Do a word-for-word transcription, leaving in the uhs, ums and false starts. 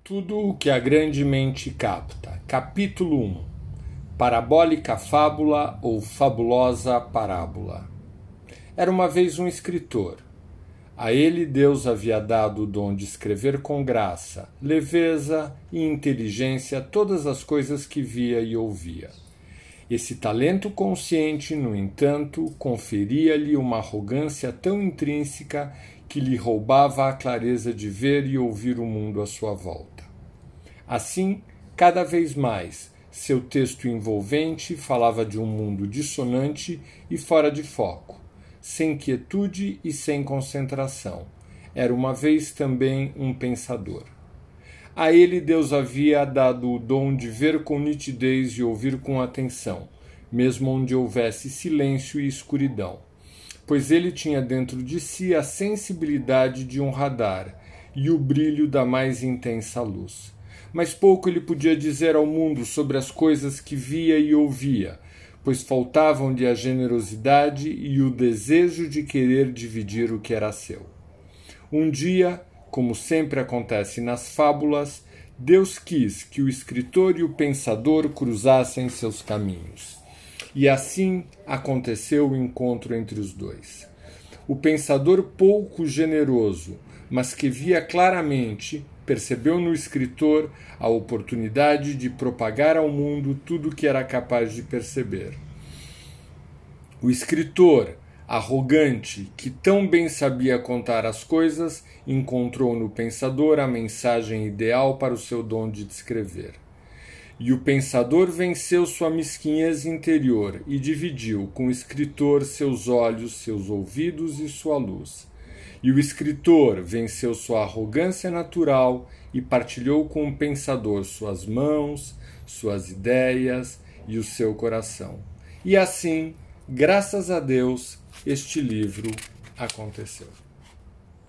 Tudo o que a grande mente capta. Capítulo um. Parabólica fábula ou fabulosa parábola. Era uma vez um escritor. A ele Deus havia dado o dom de escrever com graça, leveza e inteligência todas as coisas que via e ouvia. Esse talento consciente, no entanto, conferia-lhe uma arrogância tão intrínseca que lhe roubava a clareza de ver e ouvir o mundo à sua volta. Assim, cada vez mais, seu texto envolvente falava de um mundo dissonante e fora de foco, sem quietude e sem concentração. Era uma vez também um pensador. A ele Deus havia dado o dom de ver com nitidez e ouvir com atenção, mesmo onde houvesse silêncio e escuridão, pois ele tinha dentro de si a sensibilidade de um radar e o brilho da mais intensa luz. Mas pouco ele podia dizer ao mundo sobre as coisas que via e ouvia, pois faltavam-lhe a generosidade e o desejo de querer dividir o que era seu. Um dia, como sempre acontece nas fábulas, Deus quis que o escritor e o pensador cruzassem seus caminhos. E assim aconteceu o encontro entre os dois. O pensador pouco generoso, mas que via claramente, percebeu no escritor a oportunidade de propagar ao mundo tudo o que era capaz de perceber. O escritor, arrogante, que tão bem sabia contar as coisas, encontrou no pensador a mensagem ideal para o seu dom de descrever. E o pensador venceu sua mesquinhez interior e dividiu com o escritor seus olhos, seus ouvidos e sua luz. E o escritor venceu sua arrogância natural e partilhou com o pensador suas mãos, suas ideias e o seu coração. E assim, graças a Deus, este livro aconteceu.